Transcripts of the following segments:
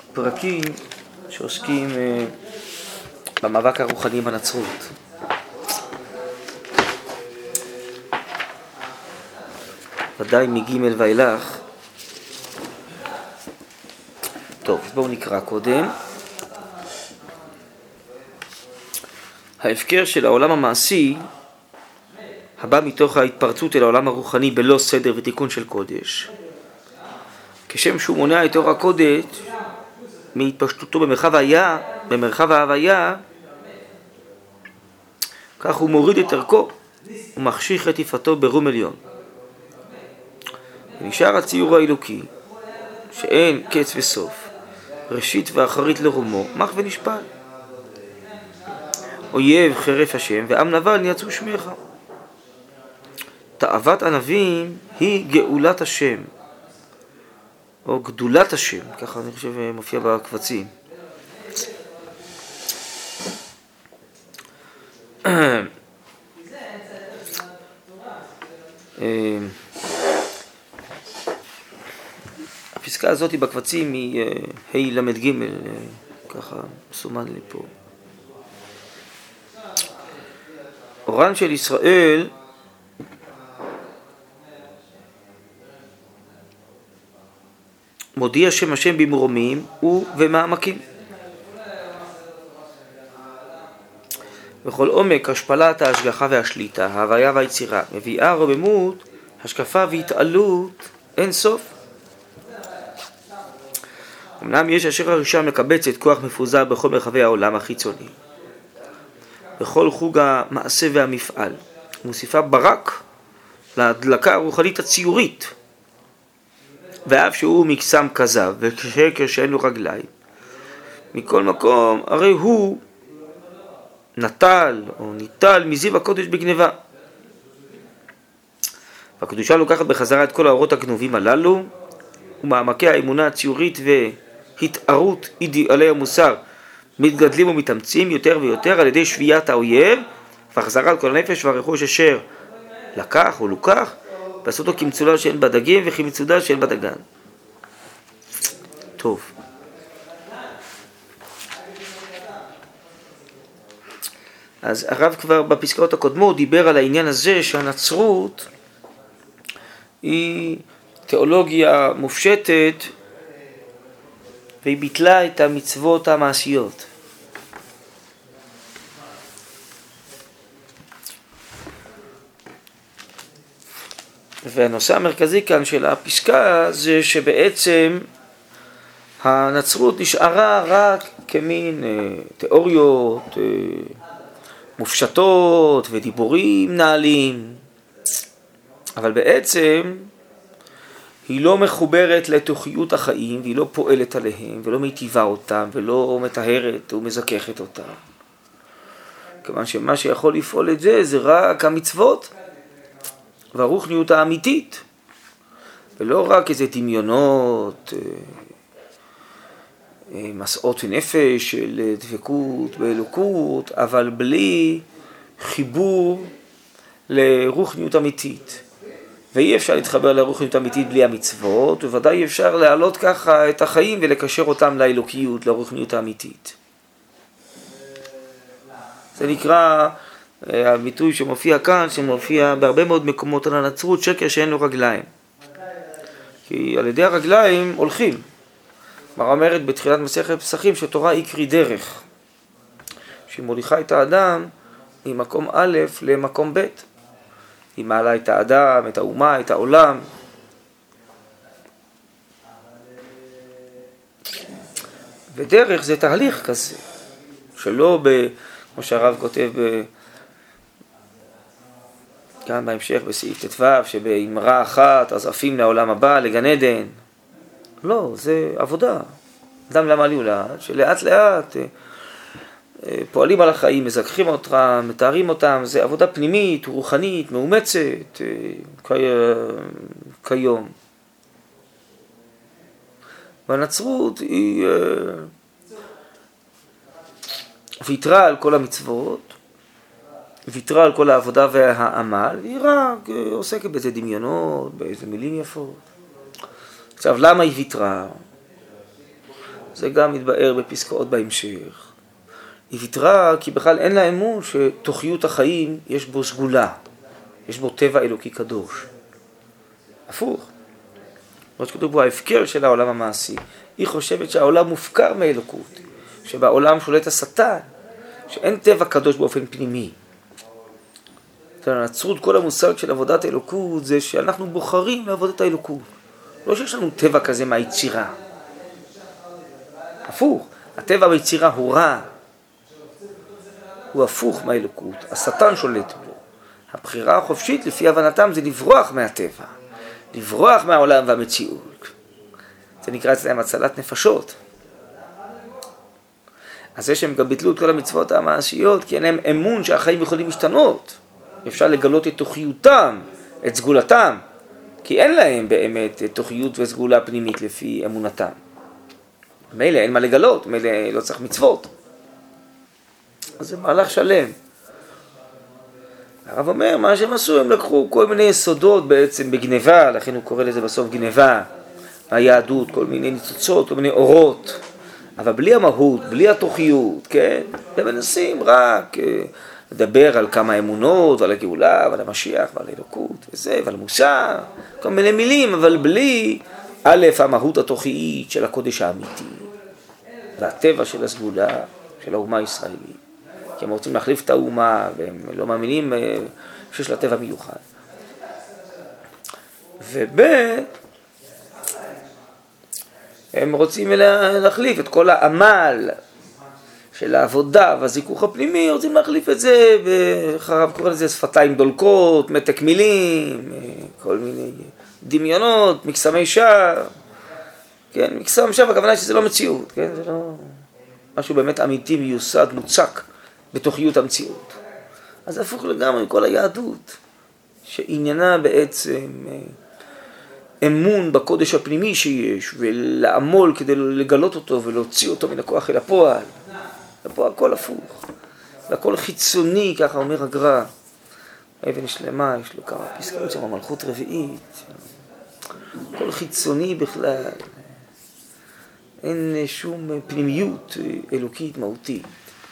פרקים שעוסקים במאבק הרוחני בנצרות. ודאי מגימל ואילך. טוב, אז בואו נקרא קודם. ההפקר של העולם המעשי הבא מתוך ההתפרצות אל העולם הרוחני בלא סדר ותיקון של קודש. כשם שהוא מונע את אור הקודש מהתפשטותו במרחב ההוויה, כך הוא מוריד את ערכו ומחשיך את יפתו ברום עליון. ונשאר הציור האלוקי, שאין קץ וסוף, ראשית ואחרית לרומו, מח ונשפל. אויב חרף השם ועם נבל ניצו שמך. תאוות ענבים היא גאולת השם, או גדולת השם, ככה אני חושב מופיע בקבצים. הפסקה הזאת בקבצים היא ה' למד ג', ככה מסומן לי פה. אורן של ישראל מודיע שם השם במרומים ובמעמקים. בכל עומק השפלת ההשגחה והשליטה, ההוויה והיצירה, מביאה רוממות, השקפה והתעלות אין סוף. אמנם יש אשר הראשון מקבץ את כוח מפוזר בכל מרחבי העולם החיצוני, בכל חוג המעשה והמפעל, מוסיפה ברק להדלקה הרוחנית הציורית, ואף שהוא מקסם כזב ושקר שאין לו רגליים. מכל מקום הרי הוא נטל או ניטל מזיו הקודש בגניבה. והקדושה לוקחת בחזרה את כל האורות הגנובים הללו, ומעמקי האמונה הציורית והתארות אידיאלי המוסר מתגדלים ומתאמצים יותר ויותר על ידי שביית האויב והחזרה על כל הנפש והרכוש אשר לקח או לוקח, ועשו אותו כמצולה שאין בדגים וכמצודה שאין בדגן. טוב. אז הרב כבר בפסקאות הקודמות דיבר על העניין הזה שהנצרות היא תיאולוגיה מופשטת והיא ביטלה את המצוות המעשיות. והנושא המרכזי כאן של הפסקה זה שבעצם הנצרות נשארה רק כמין תיאוריות מופשטות ודיבורים נעלים, אבל בעצם היא לא מחוברת לתוכיות החיים, והיא לא פועלת עליהם ולא מיטיבה אותם ולא מטהרת ומזככת אותם. כיוון שמה שיכול לפעול את זה רק המצוות והרוחניות האמיתית, ולא רק איזה דמיונות, מסעות נפש של דבקות באלוקות, אבל בלי חיבור לרוחניות אמיתית. ואי אפשר להתחבר לרוחניות אמיתית בלי המצוות, ובוודאי אפשר להעלות ככה את החיים ולקשר אותם לאלוקיות, לרוחניות האמיתית. זה נקרא הביטוי שמופיע כאן, שמופיע בהרבה מאוד מקומות על הנצרות, שקר שאין לו רגליים. כי על ידי הרגליים הולכים. מראה אומרת בתחילת מסכת פסחים שתורה היא קרי דרך, שהיא מוליכה את האדם ממקום א' למקום ב'. היא מעלה את האדם, את האומה, את העולם. ודרך זה תהליך כזה, שלא כמו שהרב כותב כאן בהמשך בסעיף ט"ו, שבאמרה אחת אז עפים לעולם הבא, לגן עדן. לא, זה עבודה. אדם למה ליולד, שלאט לאט פועלים על החיים, מזכחים אותם, מתארים אותם, זה עבודה פנימית, רוחנית, מאומצת, כיום. והנצרות היא ויתרה על כל המצוות, ויתרה על כל העבודה והעמל, והיא רק עוסקת באיזה דמיונות, באיזה מילים יפות. עכשיו, למה היא ויתרה? זה גם מתבאר בפסקאות בהמשך. היא ויתרה כי בכלל אין לה אמון שתוכיות החיים יש בו סגולה, יש בו טבע אלוקי קדוש. הפוך. מה שכתוב בו ההפקר של העולם המעשי. היא חושבת שהעולם מופקר מאלוקות, שבעולם שולט השטן, שאין טבע קדוש באופן פנימי. הנצרות, כל המושג של עבודת האלוקות זה שאנחנו בוחרים לעבוד את האלוקות. לא שיש לנו טבע כזה מהיצירה. הפוך, הטבע ביצירה הוא רע. הוא הפוך מהאלוקות, השטן שולט בו. הבחירה החופשית לפי הבנתם זה לברוח מהטבע, לברוח מהעולם והמציאות. זה נקרא אצלם הצלת נפשות. אז זה שהם גם ביטלו את כל המצוות המעשיות, כי אין להם אמון שהחיים יכולים להשתנות. אפשר לגלות את תוכיותם, את סגולתם, כי אין להם באמת תוכיות וסגולה פנימית לפי אמונתם. מילא אין מה לגלות, מילא לא צריך מצוות. אז זה מהלך שלם. הרב אומר, מה שהם עשו, הם לקחו כל מיני יסודות בעצם בגניבה, לכן הוא קורא לזה בסוף גניבה, היהדות, כל מיני ניצוצות, כל מיני אורות, אבל בלי המהות, בלי התוכיות, כן? הם מנסים רק לדבר על כמה אמונות, ועל הגאולה, ועל המשיח, ועל האלוקות, וזה, ועל מוסר, כל מיני מילים, אבל בלי א', המהות התוכיית של הקודש האמיתי, והטבע של הסגולה של האומה הישראלית. כי הם רוצים להחליף את האומה, והם לא מאמינים שיש לה טבע מיוחד. הם רוצים להחליף את כל העמל של העבודה והזיכוך הפנימי, רוצים להחליף את זה, הרב קורא לזה שפתיים דולקות, מתק מילים, כל מיני דמיונות, מקסמי שער. כן, מקסם שער, הכוונה שזה לא מציאות, כן? זה לא משהו באמת אמיתי, מיוסד, מוצק בתוכיות המציאות. אז הפוך לגמרי כל היהדות, שעניינה בעצם אמון בקודש הפנימי שיש, ולעמול כדי לגלות אותו ולהוציא אותו מן הכוח אל הפועל. ופה הכל הפוך, והכל חיצוני, ככה אומר הגר"א. אבן שלמה, יש לו כמה פסקאות שם, מלכות רביעית. הכל חיצוני בכלל. אין שום פנימיות אלוקית מהותית.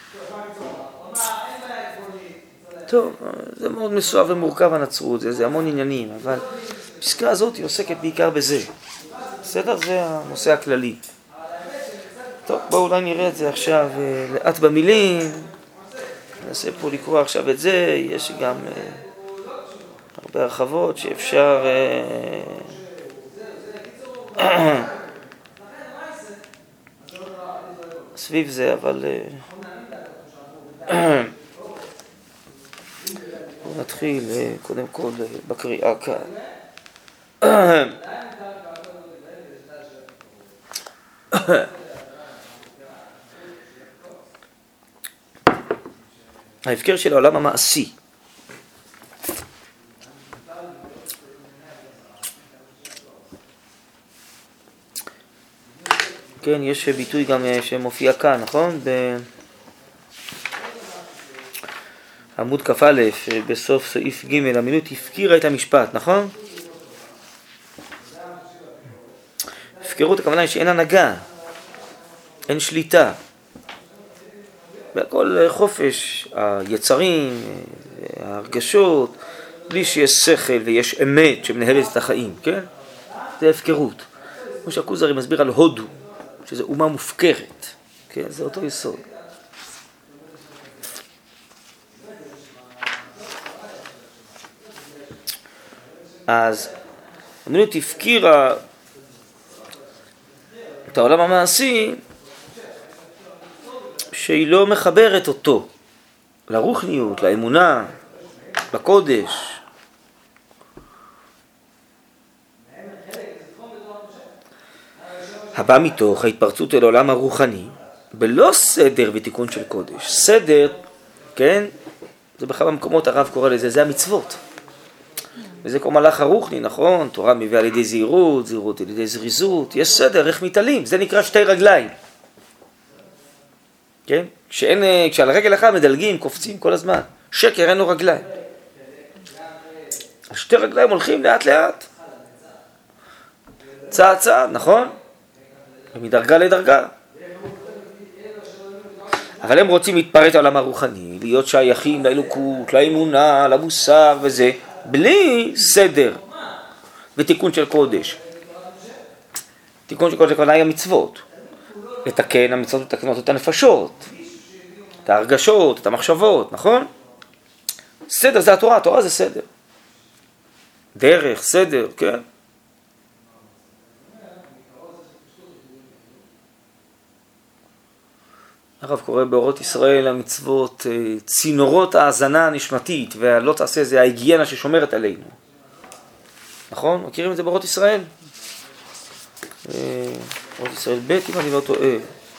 טוב, זה מאוד מסוער ומורכב הנצרות, זה המון עניינים, אבל הפסקה הזאת היא עוסקת בעיקר בזה. בסדר? זה הנושא הכללי. טוב, בואו אולי נראה את זה עכשיו לאט במילים. ננסה פה לקרוא עכשיו את זה, יש גם הרבה הרחבות שאפשר סביב זה, אבל בואו נתחיל קודם כל בקריאה כאן. ההפקר של העולם המעשי. כן, יש ביטוי גם שמופיע כאן, נכון? בעמוד כ"א, בסוף סעיף ג', המילות הפקירה את המשפט, נכון? הפקרות הכוונה היא שאין הנהגה, אין שליטה. והכל חופש, היצרים, ההרגשות, בלי שיש שכל ויש אמת שמנהלת את החיים, כן? זה הפקרות. כמו שהכוזרי מסביר על הודו, שזה אומה מופקרת, כן? זה אותו יסוד. אז המילות הפקירה את העולם המעשי, שהיא לא מחברת אותו לרוחניות, לאמונה, לקודש. הבא מתוך ההתפרצות אל העולם הרוחני, בלא סדר ותיקון של קודש. סדר, כן, זה בכמה מקומות הרב קורא לזה, זה המצוות. וזה כמו מלאך הרוחני, נכון? תורה מביאה על ידי זהירות, זהירות על ידי זריזות. יש סדר, איך מתעלים, זה נקרא שתי רגליים. כן? כשעל רגל אחד מדלגים, קופצים כל הזמן. שקר אין לו רגליים. על שתי רגליים הולכים לאט לאט. צעד צעד, נכון? ומדרגה לדרגה. אבל הם רוצים להתפרט על העולם הרוחני, להיות שייכים לאלוקות, לאמונה, למוסר וזה, בלי סדר ותיקון של קודש. תיקון של קודש הכוונה היא המצוות. לתקן, המצוות מתקנות את הנפשות, את ההרגשות, את המחשבות, נכון? סדר זה התורה, התורה זה סדר. דרך, סדר, כן? הרב קורא באורות ישראל המצוות צינורות ההזנה הנשמתית, והלא תעשה זה ההיגיינה ששומרת עלינו. נכון? מכירים את זה באורות ישראל? אורות ישראל ב' אם אני לא טועה.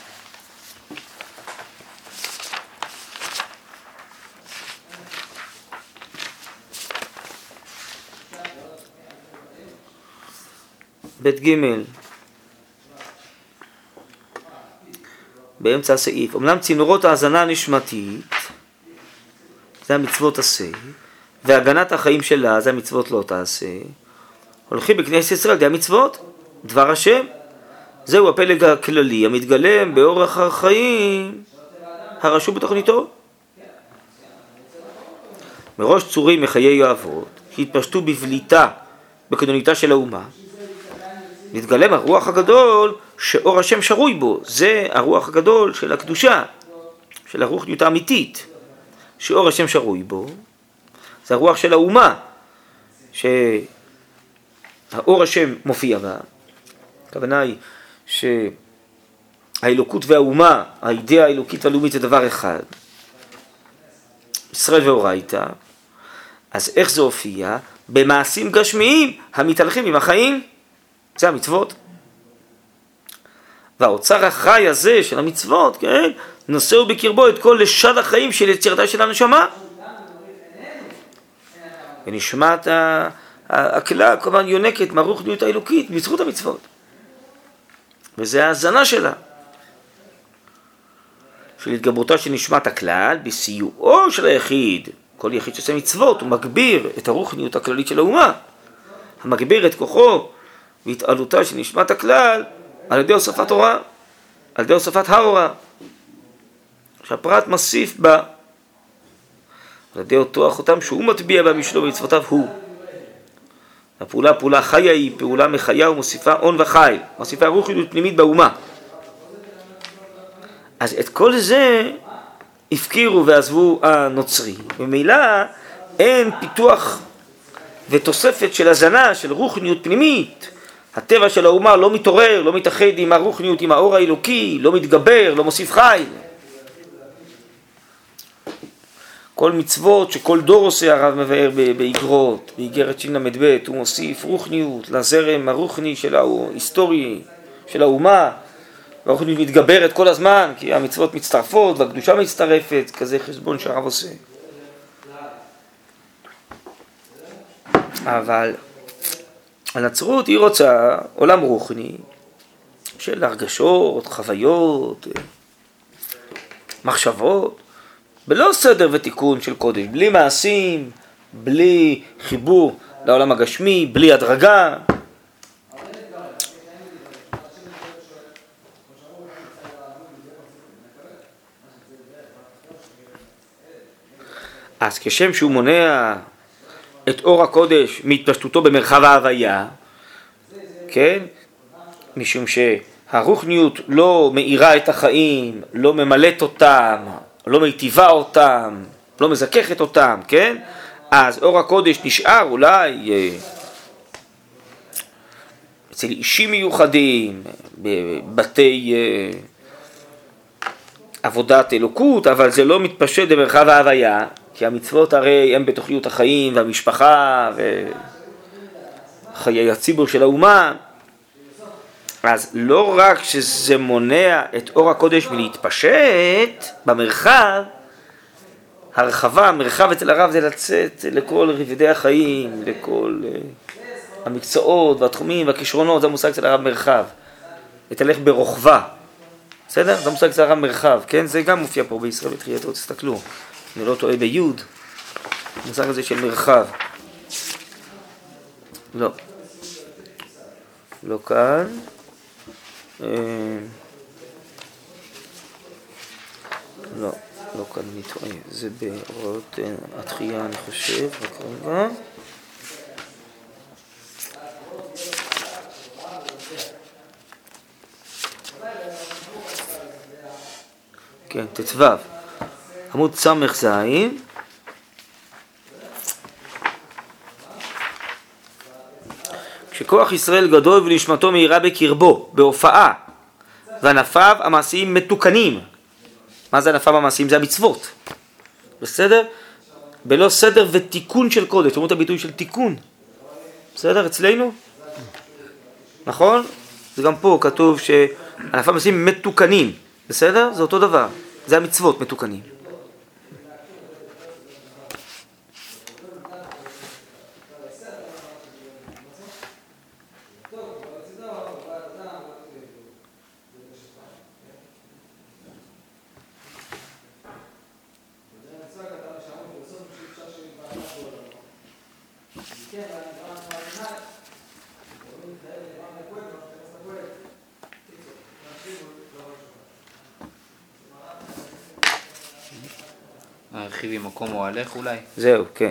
בית ג' באמצע הסעיף. אמנם צינורות ההזנה הנשמתית, זה המצוות עשה, והגנת החיים שלה, זה המצוות לא תעשה, הולכים בכנסת ישראל, זה המצוות, דבר השם, זהו הפלג הכללי, המתגלם באורח החיים, הרשום בתוכניתו. מראש צורים מחיי האבות, שהתפשטו בבליטה, בקנוניתה של האומה, מתגלם הרוח הגדול שאור השם שרוי בו, זה הרוח הגדול של הקדושה, של הרוחניות האמיתית, שאור השם שרוי בו, זה הרוח של האומה, שהאור השם מופיע בה. הכוונה היא שהאלוקות והאומה, האידאה האלוקית והלאומית זה דבר אחד, ישראל ואורייתא. אז איך זה הופיע? במעשים גשמיים המתהלכים עם החיים, זה המצוות. והאוצר החי הזה של המצוות, כן, נושאו בקרבו את כל לשד החיים של יצירתה של הנשמה. ונשמת הכלה כמובן יונקת מהרוחניות האלוקית בזכות המצוות. וזה ההזנה שלה. של התגברותה של נשמת הכלל בסיועו של היחיד. כל יחיד שעושה מצוות הוא מגביר את הרוחניות הכללית של האומה. המגביר את כוחו והתעלותה של נשמת הכלל על ידי הוספת הוראה, על ידי הוספת ההוראה, שהפרט מוסיף בה, על ידי אותו החותם שהוא מטביע במשלו ומצוותיו הוא. הפעולה חיה היא פעולה מחיה ומוסיפה הון וחיל, מוסיפה רוחניות פנימית באומה. אז את כל זה הפקירו ועזבו הנוצרים, וממילא אין פיתוח ותוספת של הזנה של רוחניות פנימית. הטבע של האומה לא מתעורר, לא מתאחד עם הרוחניות, עם האור האלוקי, לא מתגבר, לא מוסיף חי. כל מצוות שכל דור עושה, הרב מבאר באיגרות, באיגרת של"ב, הוא מוסיף רוחניות לזרם הרוחני של ההיסטורי של האומה, והרוחניות מתגברת כל הזמן, כי המצוות מצטרפות והקדושה מצטרפת, כזה חשבון שהרב עושה. אבל הנצרות היא רוצה עולם רוחני של הרגשות, חוויות, מחשבות, בלא סדר ותיקון של קודש, בלי מעשים, בלי חיבור לעולם הגשמי, בלי הדרגה. אז כשם שהוא מונע את אור הקודש מהתפשטותו במרחב ההוויה, כן? משום שהרוחניות לא מאירה את החיים, לא ממלאת אותם, לא מיטיבה אותם, לא מזככת אותם, כן? אז אור הקודש נשאר אולי אצל אישים מיוחדים, בבתי עבודת אלוקות, אבל זה לא מתפשט במרחב ההוויה, כי המצוות הרי הם בתוכניות החיים והמשפחה וחיי הציבור של האומה. אז לא רק שזה מונע את אור הקודש מלהתפשט במרחב, הרחבה, המרחב אצל הרב זה לצאת לכל רבדי החיים, לכל המקצועות והתחומים והכישרונות, זה המושג אצל הרב מרחב. לתהלך ברוחבה. בסדר? זה המושג אצל הרב מרחב, כן? זה גם מופיע פה בישראל בתחילתו, תסתכלו. אני לא טועה ביוד, המושג הזה של מרחב. לא. לא כאן. לא כאן אני טועה, זה בהוראות התחייה אני חושב, רק רגע. כן, ט"ו, עמוד סמ"ז, כשכוח ישראל גדול ונשמתו מהירה בקרבו, בהופעה, וענפיו המעשיים מתוקנים. מה זה ענפיו המעשיים? זה המצוות. בסדר? בלא סדר ותיקון של קודש. תראו את הביטוי של תיקון. בסדר? אצלנו? נכון? זה גם פה כתוב שענפיו המעשיים מתוקנים. בסדר? זה אותו דבר. זה המצוות מתוקנים. הרחיב עם מקום או הלך אולי? זהו, כן.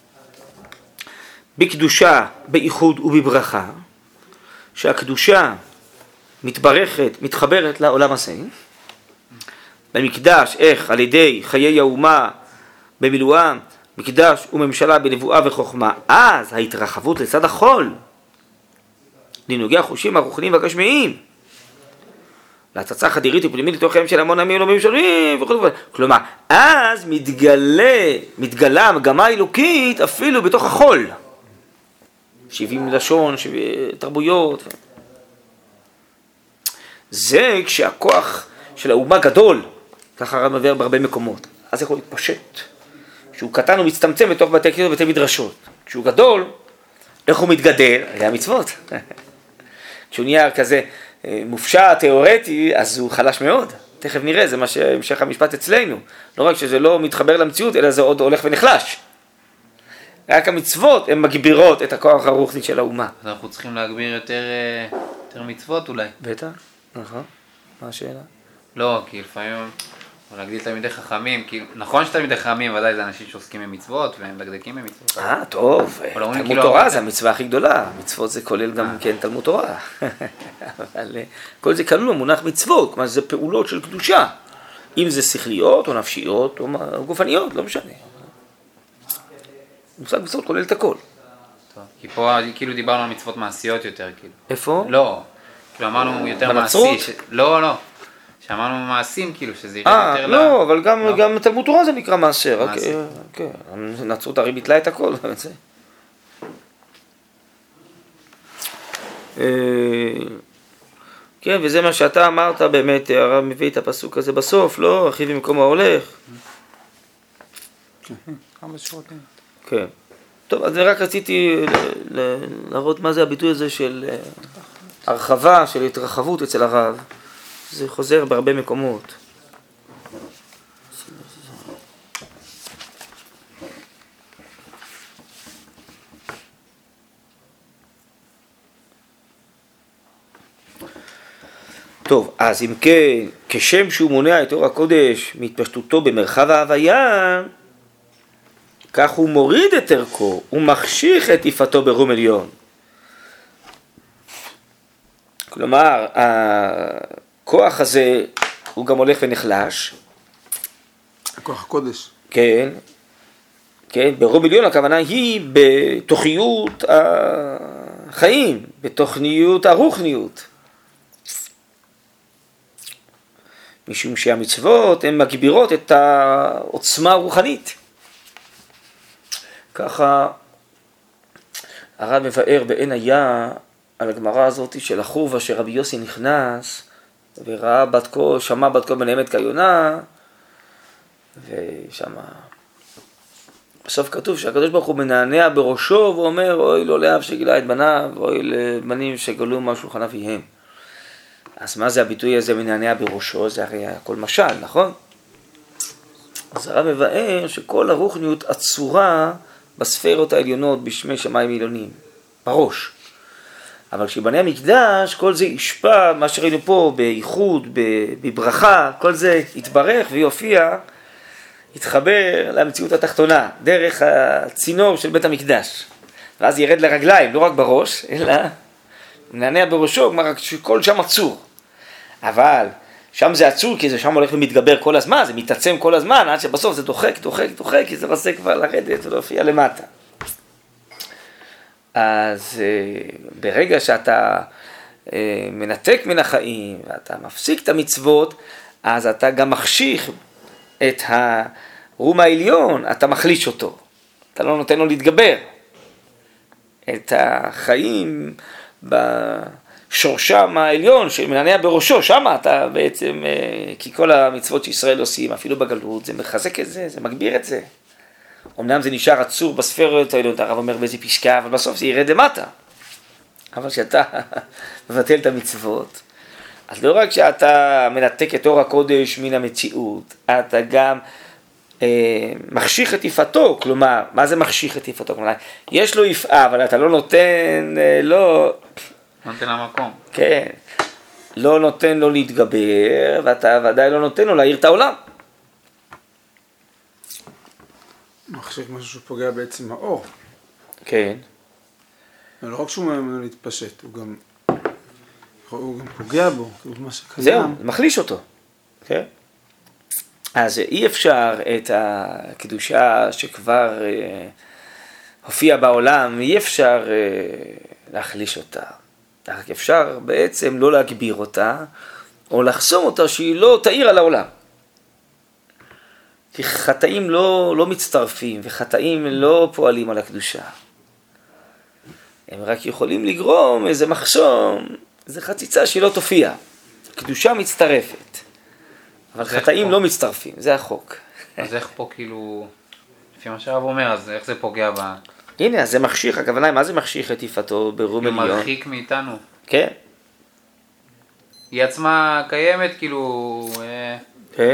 בקדושה, בייחוד ובברכה, שהקדושה מתברכת, מתחברת לעולם הזה. במקדש, איך? על ידי חיי האומה במילואם, מקדש וממשלה בנבואה וחוכמה. אז ההתרחבות לצד החול, לנהוגי החושים הרוחניים והגשמיים, להצצה חדירית ופנימית לתוכם של המון עמים ולאומים שונים וכו'. כלומר, אז מתגלה המגמה האלוקית אפילו בתוך החול. 70 לשון, 70 תרבויות. זה כשהכוח של האומה גדול, ככה הרב מבאר בהרבה מקומות. אז זה יכול להתפשט. כשהוא קטן הוא מצטמצם בתוך בתי כנסת ובתי מדרשות. כשהוא גדול, איך הוא מתגדל? היה מצוות. כשהוא נהיה כזה מופשע, תיאורטי, אז הוא חלש מאוד. תכף נראה, זה מה שהמשך המשפט אצלנו. לא רק שזה לא מתחבר למציאות, אלא זה עוד הולך ונחלש. רק המצוות הן מגבירות את הכוח הרוחני של האומה. אז אנחנו צריכים להגביר יותר מצוות אולי. בטח, נכון. מה השאלה? לא, כי לפעמים, להגדיל תלמידי חכמים, כי נכון שתלמידי חכמים ודאי זה אנשים שעוסקים במצוות והם מדקדקים במצוות. טוב, תלמוד תורה זה המצווה הכי גדולה, מצוות זה כולל גם כן תלמוד תורה. אבל כל זה כלול במונח מצוות, כלומר זה פעולות של קדושה, אם זה שכליות או נפשיות או גופניות, לא משנה. מושג מצוות כולל את הכל. טוב, כי פה כאילו דיברנו על מצוות מעשיות יותר, כאילו. איפה? לא, כאילו אמרנו יותר מעשי. לא. שאמרנו מעשים, כאילו, שזה יראה יותר לא, אבל גם תלמוד תורה זה נקרא מעשר. כן, נצרות הרי ביטלה את הכל. כן, וזה מה שאתה אמרת באמת, הרב מביא את הפסוק הזה בסוף, לא? אחיו במקום ההולך. כמה שורות. כן. טוב, אז רק רציתי להראות מה זה הביטוי הזה של הרחבה, של התרחבות אצל הרב. זה חוזר בהרבה מקומות. טוב, אז אם כן, כשם שהוא מונע את אור הקודש מהתפשטותו במרחב ההוויה, כך הוא מוריד את ערכו ומחשיך את יפתו ברום עליון. כלומר, הכוח הזה הוא גם הולך ונחלש. הכוח הקודש. כן, כן, ברום עליון הכוונה היא בתוכניות החיים, בתוכניות הרוחניות. משום שהמצוות הן מגבירות את העוצמה הרוחנית. ככה הרב מבאר בעין היה על הגמרא הזאת של החורבה שרבי יוסי נכנס וראה בת קול, שמע בת קול בנעמת כיונה, ושם בסוף כתוב שהקדוש ברוך הוא מנענע בראשו ואומר אוי לא לאב שגילה את בניו ואוי לבנים שגלו מה שולחן אביהם. אז מה זה הביטוי הזה מנענע בראשו? זה הרי הכל משל, נכון? אז הרב מבאר שכל הרוחניות עצורה בספרות העליונות בשמי שמיים עליונים, בראש. אבל כשבנה המקדש, כל זה ישפע, מה שראינו פה, בייחוד, בברכה, כל זה יתברך ויופיע יתחבר למציאות התחתונה, דרך הצינור של בית המקדש. ואז ירד לרגליים, לא רק בראש, אלא מנענע בראשו, כלומר שכל שם עצור. אבל שם זה עצור, כי זה שם הולך ומתגבר כל הזמן, זה מתעצם כל הזמן, עד שבסוף זה דוחק, כי זה רוצה כבר לרדת ולהופיע למטה. אז ברגע שאתה מנתק מן החיים, ואתה מפסיק את המצוות, אז אתה גם מחשיך את הרום העליון, אתה מחליש אותו. אתה לא נותן לו להתגבר. את החיים בשורשם העליון שמנענע בראשו, שם אתה בעצם, כי כל המצוות שישראל עושים, אפילו בגלות, זה מחזק את זה, זה מגביר את זה. אמנם זה נשאר עצור בספרות העליונות, הרב אומר באיזה פשקה, אבל בסוף זה ירד למטה. אבל כשאתה מבטל את המצוות, אז לא רק שאתה מנתק את אור הקודש מן המציאות, אתה גם מחשיך את יפתו. כלומר, מה זה מחשיך את יפתו? כלומר, יש לו יפעה, אבל אתה לא נותן לו... נותן למקום. כן, לא נותן לו להתגבר, ואתה ודאי לא נותן לו להאיר את העולם. מחשיך משהו שפוגע בעצם האור. כן. לא רק שהוא ממנו להתפשט, הוא גם פוגע בו, כאילו מה שקיים. זהו, מחליש אותו. כן. אז אי אפשר את הקדושה שכבר הופיעה בעולם, אי אפשר להחליש אותה. רק אפשר בעצם לא להגביר אותה, או לחסום אותה שהיא לא תאיר על העולם. כי חטאים לא מצטרפים, וחטאים לא פועלים על הקדושה. הם רק יכולים לגרום איזה מחסום, איזה חציצה שהיא לא תופיע. קדושה מצטרפת. אבל חטאים לא מצטרפים, זה החוק. אז איך פה כאילו, לפי מה שהרב אומר, אז איך זה פוגע ב... הנה, אז זה מחשיך, הכוונה היא, מה זה מחשיך את יפתו ברום עליון? הוא מרחיק מאיתנו. כן. היא עצמה קיימת, כאילו... כן.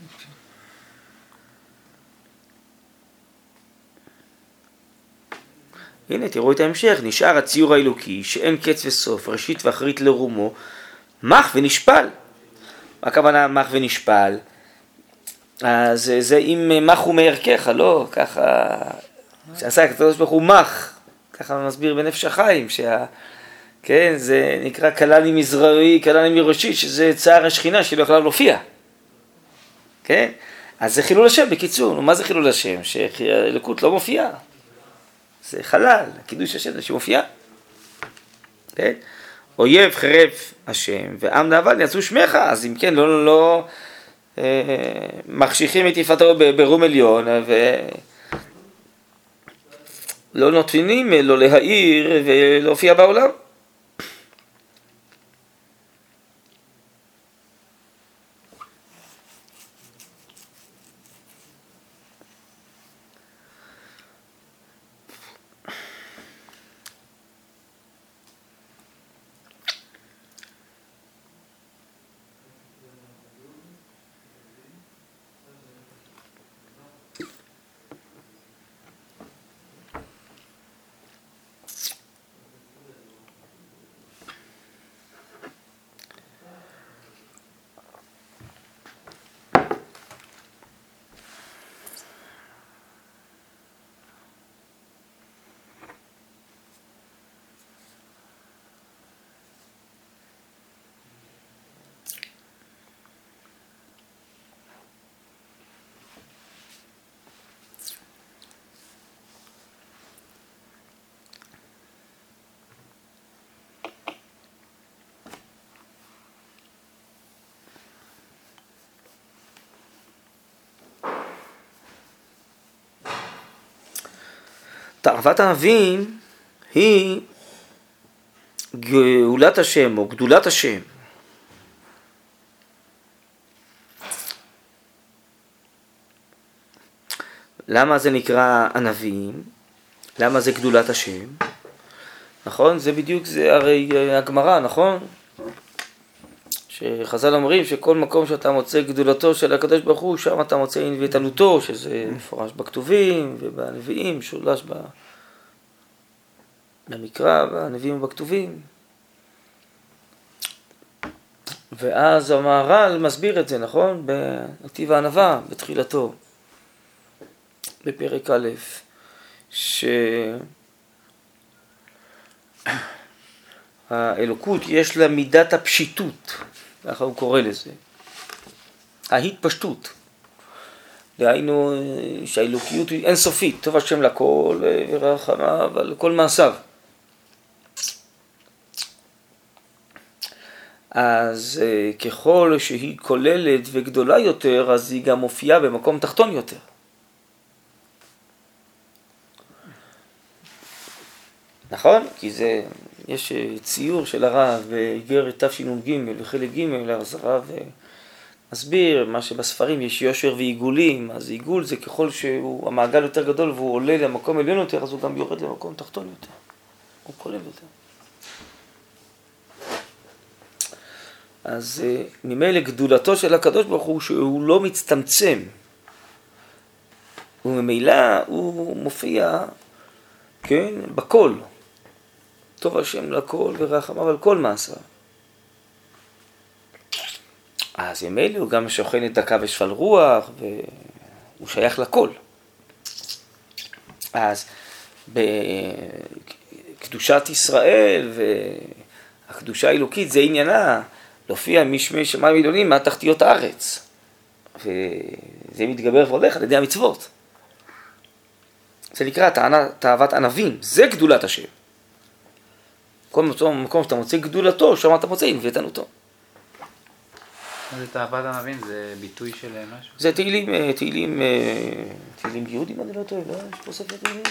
הנה, תראו את ההמשך, נשאר הציור האלוקי, שאין קץ וסוף, ראשית ואחרית לרומו, מח ונשפל. מה הכוונה מח ונשפל? אז זה אם מח הוא מערכך, לא? ככה, שעשה הקדוש ברוך הוא מח, ככה מסביר בנפש החיים, כן, זה נקרא כללי מזרעי, כללי מראשית, שזה צער השכינה שלא יכולה להופיע. כן? אז זה חילול השם בקיצור. מה זה חילול השם? שהאלוקות לא מופיעה. זה חלל, קידוש השם זה שמופיע. כן? אויב חרב השם ועם נאבל יצאו שמך, אז אם כן לא מחשיכים את יפתו ברום עליון ולא נותנים לו להאיר ולהופיע בעולם. תאוות הענבים היא גאולת השם או גדולת השם. למה זה נקרא ענבים? למה זה גדולת השם? נכון? זה בדיוק, זה הרי הגמרא, נכון? שחז"ל אומרים שכל מקום שאתה מוצא גדולתו של הקדוש ברוך הוא, שם אתה מוצא איתנותו, שזה מפורש בכתובים ובנביאים, שולש במקרא, בנביאים ובכתובים. ואז המהר"ל מסביר את זה, נכון? בנתיב הענווה, בתחילתו. בפרק א', שהאלוקות יש לה מידת הפשיטות, ככה הוא קורא לזה, ההתפשטות. דהיינו שהאלוקיות היא אינסופית, טוב השם לכל ורחמיו על כל מעשיו. אז ככל שהיא כוללת וגדולה יותר, אז היא גם מופיעה במקום תחתון יותר. נכון? כי יש ציור של הרב באיגרת תשנ"ג וחלק ג', אז הרב מסביר מה שבספרים יש יושר ועיגולים, אז עיגול זה ככל שהמעגל יותר גדול והוא עולה למקום עליון יותר, אז הוא גם יורד למקום תחתון יותר, הוא כולל יותר. אז ממילא גדולתו של הקדוש ברוך הוא שהוא לא מצטמצם, וממילא הוא מופיע, כן, בכל. טוב השם לכל ורחמיו על כל מעשיו. אז ממילא הוא גם שוכן את דקה ושפל רוח, והוא שייך לכל. אז בקדושת ישראל והקדושה האלוקית זה עניינה, להופיע משמי שמיים עליונים מהתחתיות הארץ. וזה מתגבר והולך על ידי המצוות. זה נקרא תאוות ענבים, זה גדולת השם. כל מקום שאתה מוצא גדולתו, שם אתה מוצא ענוותנותו. מה זה תאוות ענבים? זה ביטוי של משהו? זה תהילים יהודים, אני לא טועה, לא? יש פה ספר תהילים?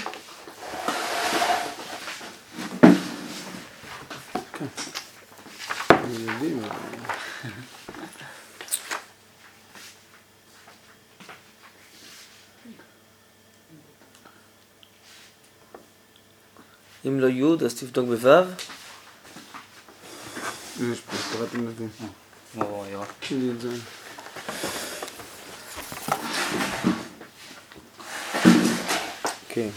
יהודים. אם לא יוד, אז תבדוק בוו. יש פה, קראתם לזה. כמו יראה. תראי את זה. כן.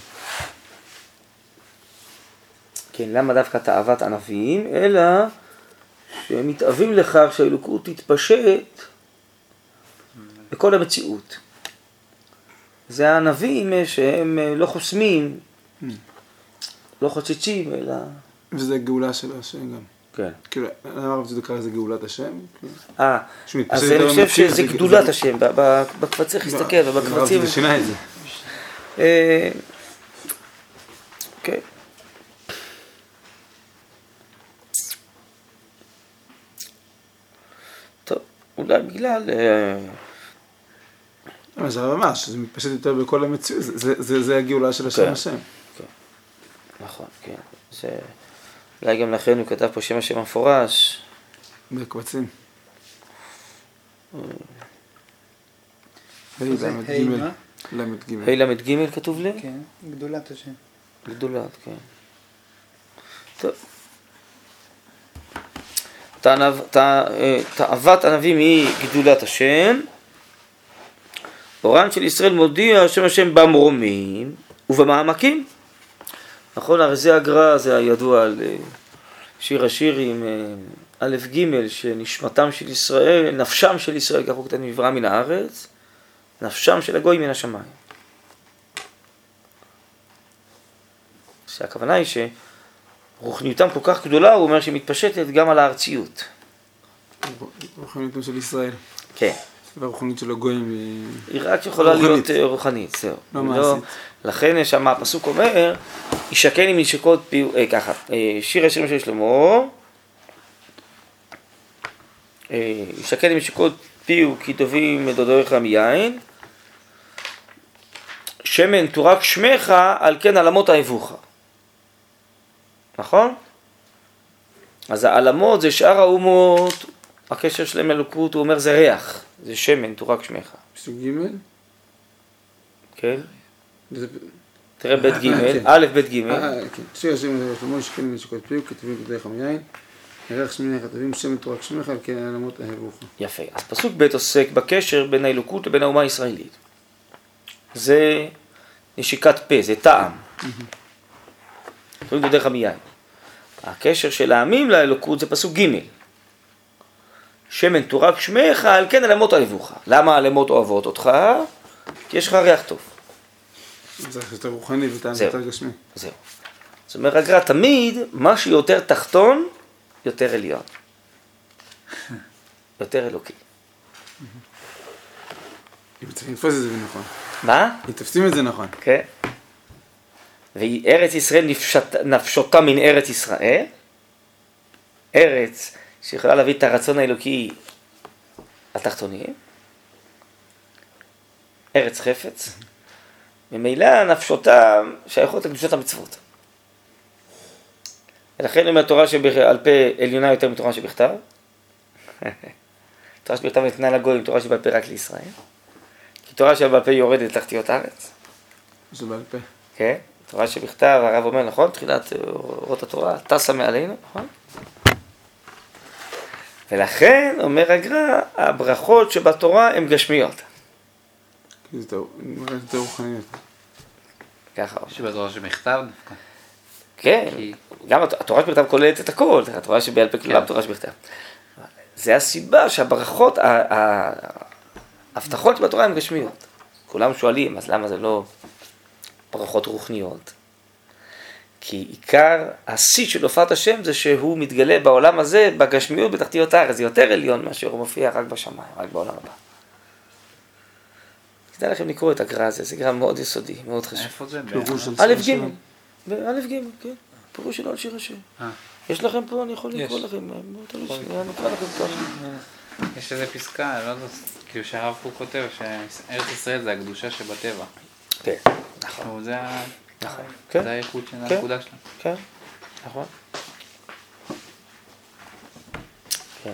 כן, למה דווקא תאוות ענבים? אלא שהם מתאווים לכך שהאלוקות תתפשט בכל המציאות. זה הענבים שהם לא חוסמים, לא חוצצים, אלא... וזה גאולה של השם גם. כן. כאילו, למה הרב צדוק קרא לזה גאולת השם? אז אני חושב שזה גדולת השם, בקבצי צריך להסתכל, ובקבצים... הרב זה שינה את זה. כן. טוב, אולי בגלל... אבל זה ממש, זה מתפשט יותר בכל המציאות, זה הגאולה של השם השם. נכון, כן. זה... אולי גם לכן הוא כתב פה שם השם המפורש. בקבצים. למד ג' כתוב לי? כן, גדולת השם. גדולת, כן. טוב. תאוות ענבים היא גדולת השם. אורן של ישראל מודיע שם השם במרומים ובמעמקים. נכון, הרי זה הגר"א, זה הידוע על שיר השירים א' ג' שנשמתם של ישראל, נפשם של ישראל, כך הוא כתב נברא מן הארץ, נפשם של הגוי מן השמיים. שהכוונה היא שרוחניותם כל כך גדולה, הוא אומר שהיא מתפשטת גם על הארציות. רוחניותם של ישראל. כן. והרוחנית של הגויים היא רק יכולה להיות רוחנית, זהו. לא מעשית. לכן שם הפסוק אומר, ישכן עם נשיקות פיו, ככה, שיר השירים של שלמה, ישכן עם נשיקות פיו כי טובים מדודריך מיין, שמן תורק שמך על כן עלמות אהבוך. נכון? אז העלמות זה שאר האומות, הקשר שלהם אלוקות, הוא אומר זה ריח, זה שמן תורק שמך. פסוק ג' כן? תראה בית ג', א' בית ג'. כן. שיר השם שלמה ישכן עם נשיקות פיו כי טובים מדודריך מיין, ירח שמיניך טובים שמן תורק שמך על כן עלמות אהבוך. יפה. אז פסוק ב' עוסק בקשר בין האלוקות לבין האומה הישראלית. זה נשיקת פה, זה טעם. טובים מדודריך מיין. הקשר של העמים לאלוקות זה פסוק ג'. שמן תורק שמך על כן עלמות אהבוך. למה עלמות אוהבות אותך? כי יש לך ריח טוב. זה יותר רוחני וטעם זהו. יותר גשמי. זהו. זאת אומרת, הגר"א תמיד, מה שיותר תחתון, יותר עליון. יותר אלוקי. אם צריך לתפוס את זה נכון. מה? אם תופסים את זה נכון. כן. וארץ ישראל נפשותה מן ארץ ישראל, ארץ שיכולה להביא את הרצון האלוקי התחתוניים, ארץ חפץ, ממילא נפשותה שייכות לקדושת המצוות. ולכן אומר תורה שבעל פה עליונה יותר מתורה שבכתב, תורה שבכתב ניתנה לגויים, תורה שבעל פה רק לישראל, כי תורה שבעל פה יורדת לתחתיות הארץ. זה בעל פה. כן, תורה שבכתב, הרב אומר, נכון, תחילת אורות התורה, טסה מעלינו, נכון? ולכן, אומר הגר"א, הברכות שבתורה הן גשמיות. כי זה יותר רוחניות. ככה. שבתורה שבכתב דווקא. כן, גם התורה שבכתב כוללת את הכל, התורה שבעל פה כלולה כן. בתורה שבכתב. זה הסיבה שהברכות, ההבטחות שבתורה הן גשמיות. כולם שואלים, אז למה זה לא ברכות רוחניות? כי עיקר, השיא של הופעת השם זה שהוא מתגלה בעולם הזה, בגשמיות, בתחתיות הארץ, זה יותר עליון מאשר הוא מופיע רק בשמיים, רק בעולם הבא. כדאי לכם לקרוא את הגר"א הזה, זה גר"א מאוד יסודי, מאוד חשוב. איפה זה? פירוש של א' שיר ג', השם. באלף ג', כן, פירוש שלו על שיר השם. יש לכם פה, אני יכול לקרוא לכם, אני אקרא לכם פה. יש איזה פסקה, לא יודע, כאילו שהרב קוק כותב שארץ ישראל זה הקדושה שבטבע. כן, נכון. זה נכון. כן, האיכות של כן. הנקודה שלה. כן, נכון. כן.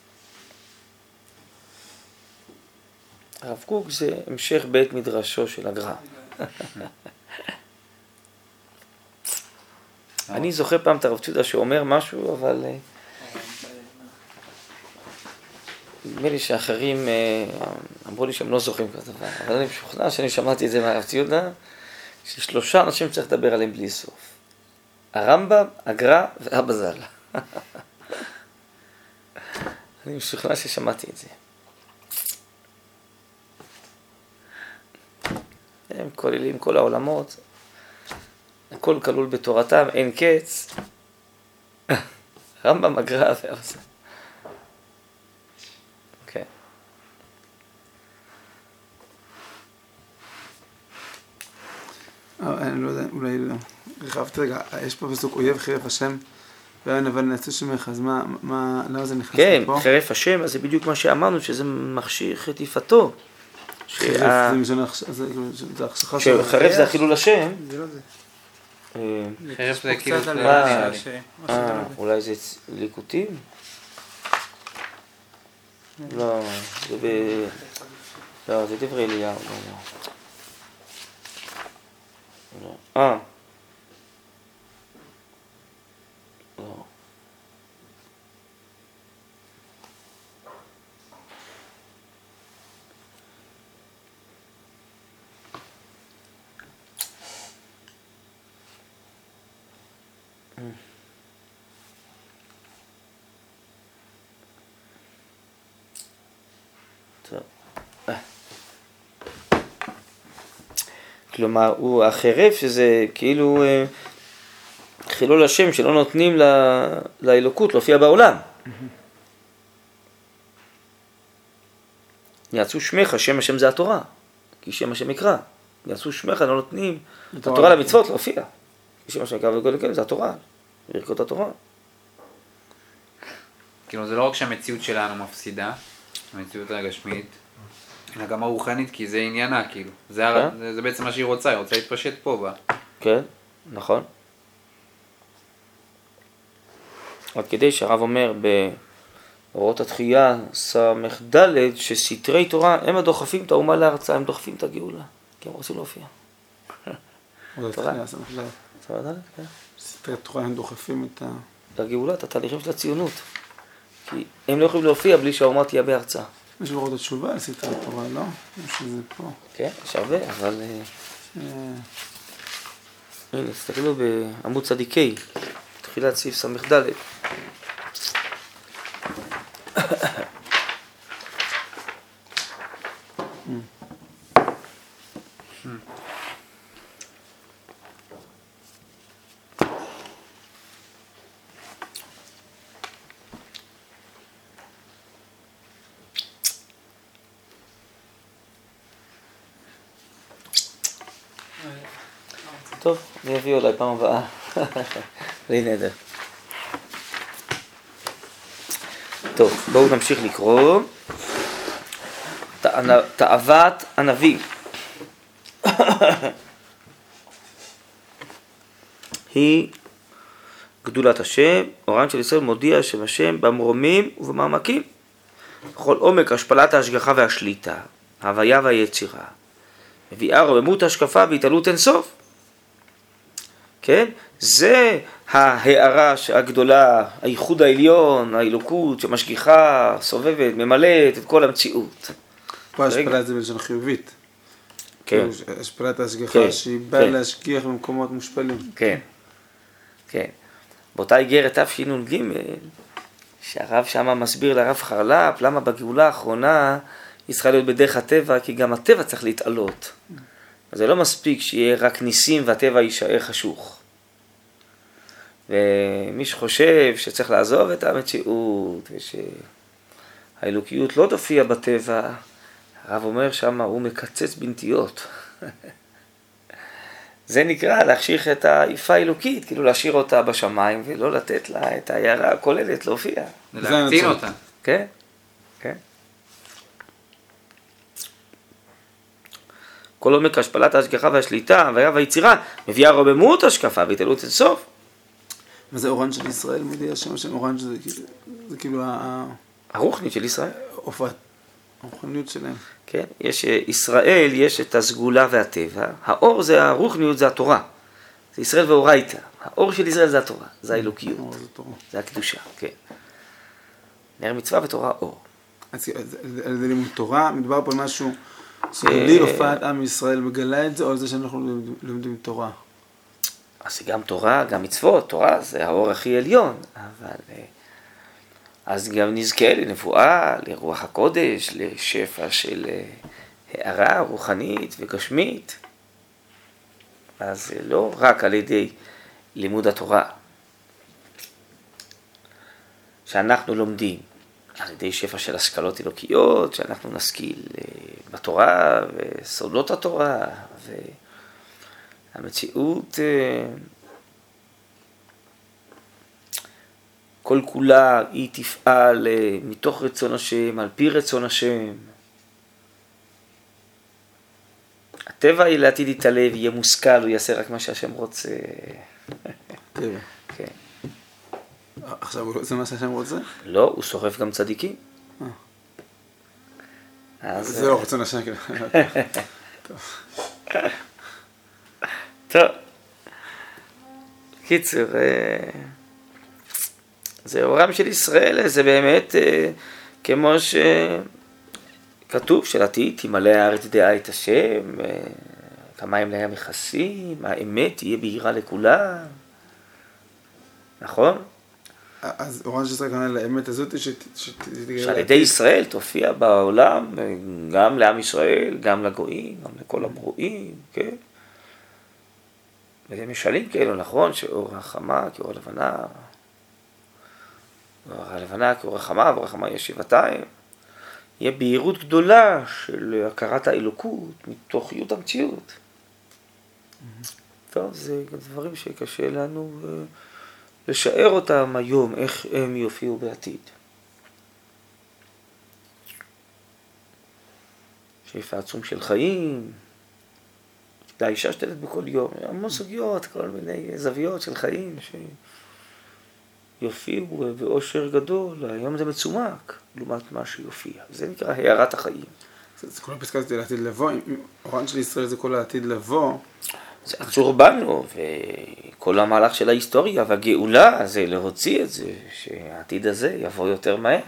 הרב קוק זה המשך בית מדרשו של הגר"א. אני זוכר פעם את הרב צ'ודה שאומר משהו, אבל נדמה לי שאחרים אמרו לי שהם לא זוכרים כזה דבר, אבל אני משוכנע שאני שמעתי את זה מהרב צ'ודה, ששלושה אנשים צריך לדבר עליהם בלי סוף. הרמב"ם, הגר"א ואבא ז"ל. אני משוכנע ששמעתי את זה. הם כוללים כל העולמות, הכל כלול בתורתם, אין קץ. רמב"ם, הגר"א ואבא ז"ל. כן. אני לא יודע, אולי לא. רחבתי רגע, יש פה פסוק אויב חרף השם, ואין אבל נעשו שמך, אז למה זה נכנס כן, לפה? חרף השם, אז זה בדיוק מה שאמרנו, שזה מכשיר חטיפתו. חרף, זה החשכה של... חרף זה החילול השם. זה לא זה. חרף זה כאילו... אולי זה ליקוטים? לא, זה דברי אליהו. לא. לא. כלומר, הוא החרף שזה כאילו חילול השם שלא נותנים לאלוקות להופיע בעולם. יעשו שמך, שם השם זה התורה, כי שם השם יקרא. יעשו שמך, לא נותנים התורה למצוות להופיע. כי שם השם יקרא וגודל זה התורה, ברכות התורה. כאילו זה לא רק שהמציאות שלנו מפסידה, המציאות הגשמית, אלא גם הרוחנית, כי זה עניינה, כאילו. זה בעצם מה שהיא רוצה, היא רוצה להתפשט פה בה. כן, נכון. עד כדי שהרב אומר באורות התחייה, סמך ד' שסתרי תורה הם הדוחפים את האומה לארצה, הם דוחפים את הגאולה, כי הם רוצים להופיע. תורה. סמך ד', כן. סתרי תורה הם דוחפים את לגאולה, את התהליכים של הציונות. כי הם לא יכולים להופיע בלי שהאומה תהיה בארצה. יש באורות התשובה על סתרי תורה, לא? יש שזה פה. כן, יש הרבה, אבל... הנה, תסתכלו בעמוד צדיקי, תחילת סעיף סמך ד'. טוב, אני אביא אולי פעם הבאה. בלי נדר. טוב, בואו נמשיך לקרוא. תאוות הנביא. היא גדולת השם, אורן של ישראל מודיע שם השם במרומים ובמעמקים. בכל עומק השפלת ההשגחה והשליטה, ההוויה והיצירה. מביאה רוממות השקפה והתעלות אין סוף. כן? זה ההארה הגדולה, הייחוד העליון, האלוקות שמשגיחה, סובבת, ממלאת את כל המציאות. פה השפלה זה בלשון חיובית. כן. השפלת ההשגחה שהיא באה להשגיח במקומות מושפלים. כן, כן. באותה איגרת תשנ"ג, שהרב שמה מסביר לרב חרל"פ, למה בגאולה האחרונה היא צריכה להיות בדרך הטבע, כי גם הטבע צריך להתעלות. אז זה לא מספיק שיהיה רק ניסים והטבע יישאר חשוך. ומי שחושב שצריך לעזוב את המציאות, ושהאלוקיות לא תופיע בטבע, הרב אומר שמה הוא מקצץ בנטיות. זה נקרא להחשיך את האיפה האלוקית, כאילו להשאיר אותה בשמיים ולא לתת לה את ההערה הכוללת להופיע. להקטין אותה. כן, כן. כל עומק השפלת ההשגחה והשליטה, ההוויה והיצירה, מביאה רוממות השקפה והתעלות אין סוף. מה זה אורן של ישראל? מודיע שם אורן שזה כאילו הרוחנית של ישראל. הרוחניות שלהם. כן, יש ישראל, יש את הסגולה והטבע. האור זה הרוחניות, זה התורה. זה ישראל ואורייתא. האור של ישראל זה התורה, זה האלוקיות. זה הקדושה, כן. נר מצווה ותורה אור. אז על זה לימוד תורה, מדובר פה על משהו שבלי הופעת עם ישראל מגלה את זה, או על זה שאנחנו לומדים תורה? אז זה גם תורה, גם מצוות. תורה זה האור הכי עליון, אבל אז גם נזכה לנבואה, לרוח הקודש, לשפע של הערה רוחנית וגשמית. אז זה לא רק על ידי לימוד התורה שאנחנו לומדים, על ידי שפע של השכלות אלוקיות, שאנחנו נשכיל בתורה וסודות התורה, והמציאות כל כולה היא תפעל מתוך רצון השם, על פי רצון השם. הטבע היא לעתיד יתעלה ויהיה מושכל, הוא יעשה רק מה שהשם רוצה. טבע. כן. עכשיו הוא לא עושה מה שהשם רוצה? לא, הוא שורף גם צדיקים. זה לא רצון השם. טוב. קיצור, זה אורם של ישראל, זה באמת כמו שכתוב שלעתיד תמלא הארץ דעה את השם, כמים לים מכסים, האמת תהיה בהירה לכולם, נכון? אז אורן של ישראל כאן לאמת הזאת שעל ידי ישראל תופיע בעולם, גם לעם ישראל, גם לגויים, גם לכל הברואים, כן? וזה משלים כאלו, נכון, שאור החמה כאור הלבנה, אור הלבנה כאור החמה, ואור החמה יש שבעתיים, יהיה בהירות גדולה של הכרת האלוקות מתוך חיות המציאות. טוב, זה דברים שקשה לנו לשער אותם היום, איך הם יופיעו בעתיד. שאיפה עצום של חיים, לאישה שתלת בכל יום, המון סוגיות, כל מיני זוויות של חיים שיופיעו באושר גדול, היום זה מצומק, לעומת מה שיופיע. זה נקרא הערת החיים. זה כל הפסקה הזאת לעתיד לבוא, אורן של ישראל זה כל העתיד לבוא. זה עצור בנו, וכל המהלך של ההיסטוריה והגאולה זה להוציא את זה, שהעתיד הזה יבוא יותר מהר.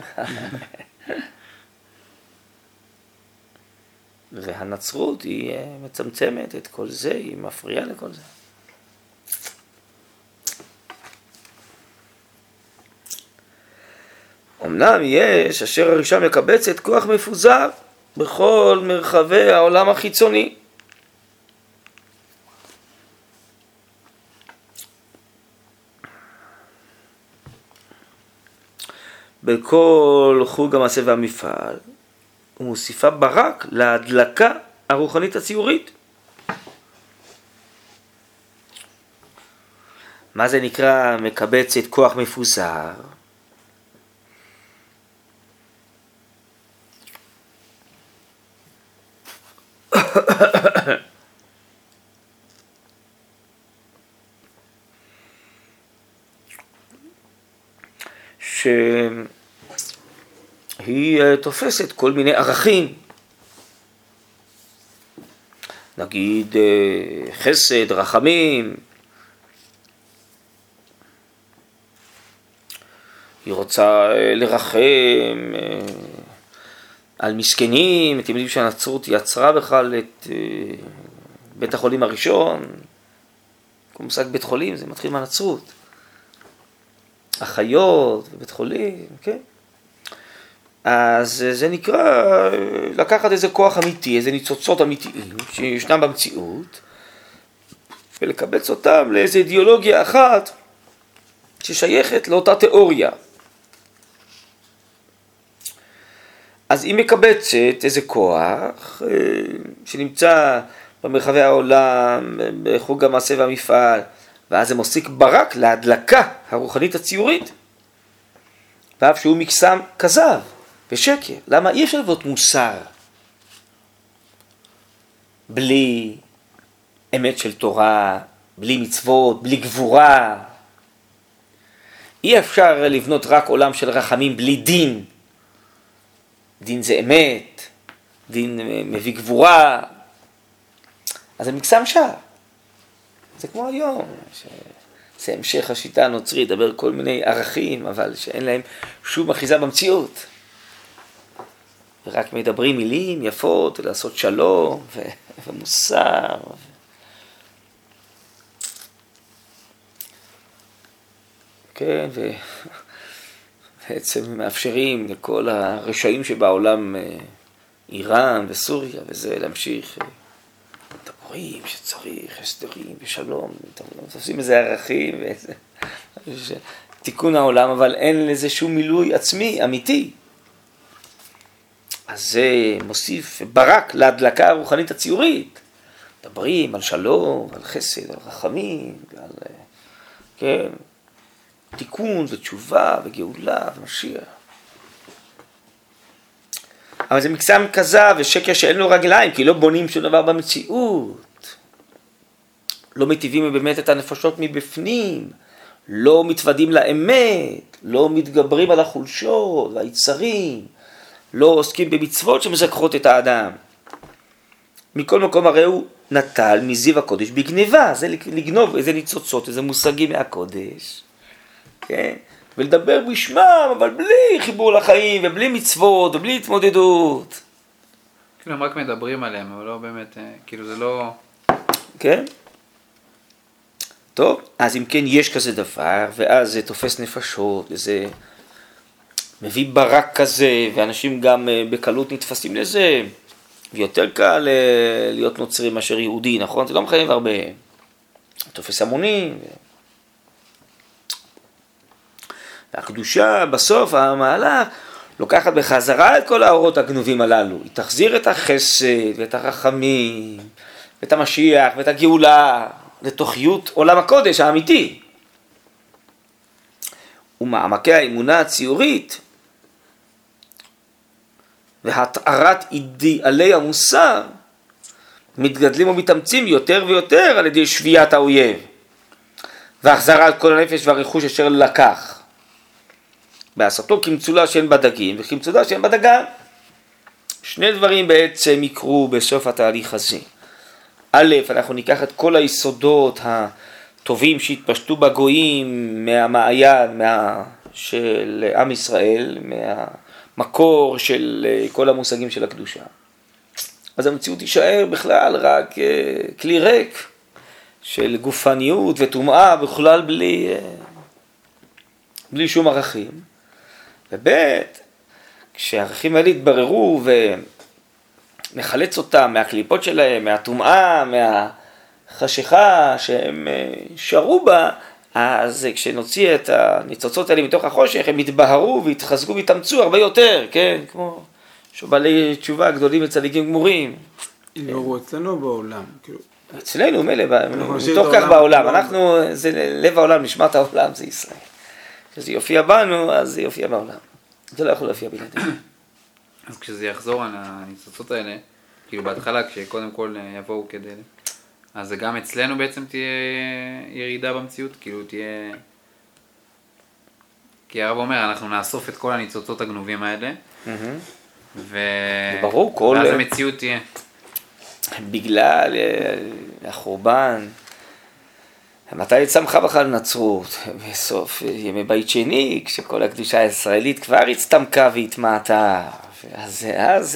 והנצרות היא מצמצמת את כל זה, היא מפריעה לכל זה. אמנם יש אשר הראשה מקבצת כוח מפוזר בכל מרחבי העולם החיצוני. בכל חוג המעשה והמפעל, ומוסיפה ברק להדלקה הרוחנית הציורית. מה זה נקרא מקבצת כוח מפוזר? שהיא תופסת כל מיני ערכים, נגיד חסד, רחמים, היא רוצה לרחם על מסכנים. אתם יודעים שהנצרות יצרה בכלל את בית החולים הראשון, כל מושג בית חולים זה מתחיל מהנצרות, אחיות ובית חולים, כן? אז זה נקרא לקחת איזה כוח אמיתי, איזה ניצוצות אמיתיים שישנם במציאות, ולקבץ אותם לאיזו אידיאולוגיה אחת ששייכת לאותה תיאוריה. אז היא מקבצת איזה כוח שנמצא במרחבי העולם, בחוג המעשה והמפעל, ואז זה מוסיק ברק להדלקה הרוחנית הציורית, ואף שהוא מקסם כזב ושקר. למה אי אפשר לבנות מוסר בלי אמת של תורה, בלי מצוות, בלי גבורה? אי אפשר לבנות רק עולם של רחמים בלי דין. דין זה אמת, דין מביא גבורה, אז זה מקסם שר. זה כמו היום, זה המשך השיטה הנוצרית, דבר כל מיני ערכים, אבל שאין להם שום אחיזה במציאות. ורק מדברים מילים יפות, לעשות שלום ומוסר. כן, ובעצם מאפשרים לכל הרשעים שבעולם, איראן וסוריה וזה, להמשיך. רואים שצריך הסדרים ושלום, עושים איזה ערכים ואיזה תיקון העולם, אבל אין לזה שום מילוי עצמי, אמיתי. אז זה מוסיף ברק להדלקה הרוחנית הציורית. מדברים על שלום, על חסד, על רחמים, על כן, תיקון ותשובה וגאולה ומשיח. אבל זה מקסם כזב ושקר שאין לו רגליים, כי לא בונים שום דבר במציאות. לא מטיבים באמת את הנפשות מבפנים, לא מתוודים לאמת, לא מתגברים על החולשות והיצרים, לא עוסקים במצוות שמזכחות את האדם. מכל מקום הרי הוא נטל מזיו הקודש בגניבה, זה לגנוב איזה ניצוצות, איזה מושגים מהקודש, כן? ולדבר בשמם, אבל בלי חיבור לחיים, ובלי מצוות, ובלי התמודדות. כאילו הם רק מדברים עליהם, אבל לא באמת, כאילו זה לא... כן? טוב, אז אם כן יש כזה דבר, ואז זה תופס נפשות, וזה מביא ברק כזה, ואנשים גם בקלות נתפסים לזה, ויותר קל להיות נוצרים מאשר יהודי, נכון? זה לא מחייב הרבה. תופס המונים. והקדושה בסוף המהלך לוקחת בחזרה את כל האורות הגנובים הללו. היא תחזיר את החסד ואת הרחמים ואת המשיח ואת הגאולה לתוכיות עולם הקודש האמיתי. ומעמקי האמונה הציורית והתארת אידיאלי המוסר מתגדלים ומתאמצים יותר ויותר על ידי שביעת האויב והחזרת כל הנפש והרכוש אשר לקח. בעשתו כמצולה שאין בדגים וכמצולה שאין בדגן. שני דברים בעצם יקרו בסוף התהליך הזה. א', אנחנו ניקח את כל היסודות הטובים שהתפשטו בגויים מהמעיין של עם ישראל, מהמקור של כל המושגים של הקדושה. אז המציאות תישאר בכלל רק כלי ריק של גופניות וטומאה, בכלל בלי שום ערכים. וב' כשהערכים האלה יתבררו ונחלץ אותם מהקליפות שלהם, מהטומאה, מהחשיכה שהם שרו בה, אז כשנוציא את הניצוצות האלה מתוך החושך, הם יתבהרו ויתחזקו ויתאמצו הרבה יותר, כן? כמו שבעלי תשובה גדולים וצדיקים גמורים. יתבהרו אצלנו בעולם, כאילו. אצלנו מילא, נשאיר מתוך את כך העולם, בעולם, לא- אנחנו, זה לב העולם, נשמת העולם, זה ישראל. כשזה יופיע בנו, אז זה יופיע בעולם. זה לא יכול להופיע בלעדינו. אז כשזה יחזור על הניצוצות האלה, כאילו בהתחלה כשקודם כל יבואו כדי, אז זה גם אצלנו בעצם תהיה ירידה במציאות, כאילו תהיה, כי הרב אומר אנחנו נאסוף את כל הניצוצות הגנובים האלה, ברור, כל... ואז המציאות תהיה. בגלל החורבן, מתי צמחה בכלל נצרות? בסוף ימי בית שני, כשכל הקדושה הישראלית כבר הצטמקה והתמעטה, אז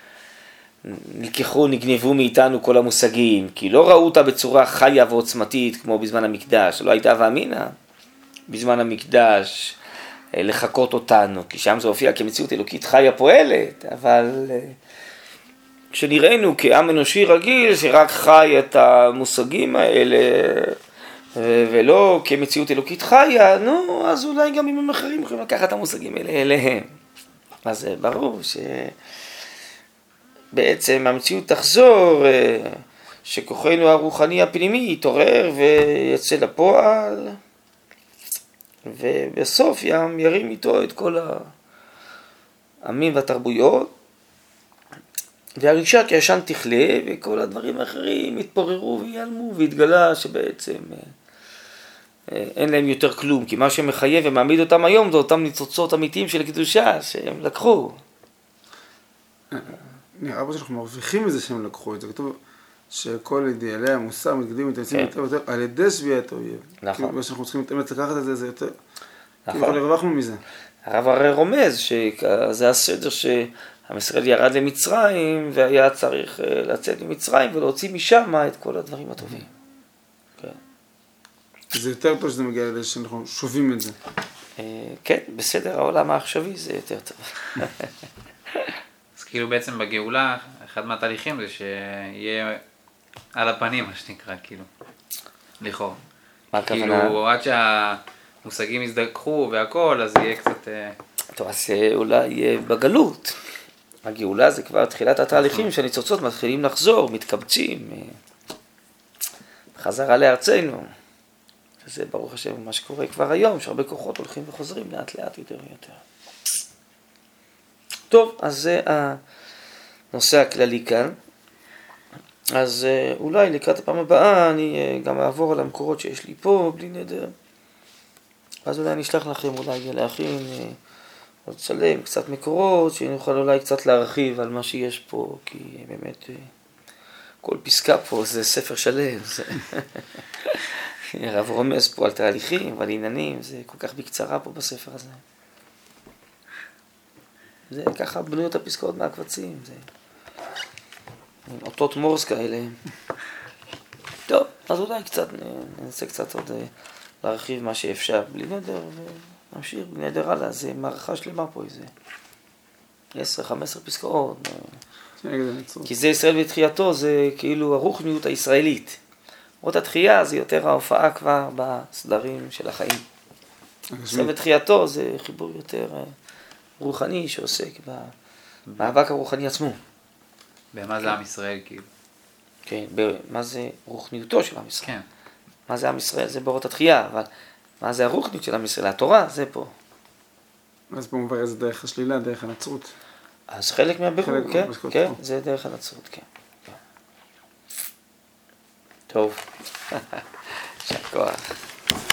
נגנבו מאיתנו כל המושגים, כי לא ראו אותה בצורה חיה ועוצמתית כמו בזמן המקדש, לא הייתה ואמינה בזמן המקדש לחקות אותנו, כי שם זה הופיע כמציאות אלוקית חיה פועלת, אבל כשנראינו כעם אנושי רגיל שרק חי את המושגים האלה ולא כמציאות אלוקית חיה, נו, אז אולי גם אם הם אחרים יכולים לקחת את המושגים האלה אליהם. אז ברור שבעצם המציאות תחזור, שכוחנו הרוחני הפנימי יתעורר ויצא לפועל, ובסוף ירים איתו את כל העמים והתרבויות, והרגשה כישן תכלה, וכל הדברים האחרים יתפוררו ויעלמו, והתגלה שבעצם אין להם יותר כלום, כי מה שמחייב ומעמיד אותם היום זה אותם ניצוצות אמיתיים של קדושה שהם לקחו. נראה פה שאנחנו מרוויחים מזה שהם לקחו את זה, כתוב שכל אידיאלי המוסר מתקדמים מתאמצים יותר ויותר על ידי שביעת האויב. נכון. כאילו מה שאנחנו צריכים להתאמץ לקחת את זה, זה יותר, נכון. כאילו הרווחנו מזה. הרב הרי רומז שזה הסדר שעם ישראל ירד למצרים והיה צריך לצאת ממצרים ולהוציא משם את כל הדברים הטובים. זה יותר טוב שזה מגיע לזה שאנחנו שובים את זה. כן, בסדר העולם העכשווי זה יותר טוב. אז כאילו בעצם בגאולה, אחד מהתהליכים זה שיהיה על הפנים, מה שנקרא, כאילו, לכאורה. מה הכוונה? כאילו, עד שהמושגים יזדכחו והכל, אז יהיה קצת... טוב, אז אולי בגלות. הגאולה זה כבר תחילת התהליכים שהניצוצות מתחילים לחזור, מתקבצים, חזרה לארצנו. וזה ברוך השם מה שקורה כבר היום, שהרבה כוחות הולכים וחוזרים לאט לאט יותר ויותר. טוב, אז זה הנושא הכללי כאן. אז אולי לקראת הפעם הבאה אני גם אעבור על המקורות שיש לי פה, בלי נדר. אז אולי אני אשלח לכם אולי להכין או לצלם קצת מקורות, שנוכל אולי קצת להרחיב על מה שיש פה, כי באמת כל פסקה פה זה ספר שלם. הרב רומז פה על תהליכים ועל עניינים, זה כל כך בקצרה פה בספר הזה. זה ככה בנויות הפסקאות מהקבצים, זה אותות מורס כאלה. טוב, אז אולי קצת, ננסה קצת עוד להרחיב מה שאפשר, בלי נדר, ונמשיך בלי נדר הלאה, זה מערכה שלמה פה איזה 10-15 פסקאות. כי זה ישראל ותחייתו, זה כאילו הרוחניות הישראלית. עוד התחייה זה יותר ההופעה כבר בסדרים של החיים. ישראל ותחייתו זה חיבור יותר רוחני שעוסק במאבק הרוחני עצמו. במה זה עם ישראל כאילו? כן, מה זה רוחניותו של עם ישראל? כן. מה זה עם ישראל? זה באורות התחייה, אבל מה זה הרוחניות של עם ישראל? התורה זה פה. אז פה מובן איזה דרך השלילה, דרך הנצרות. אז חלק מהבירור, כן, כן, זה דרך הנצרות, כן. טוב, יישר כוח.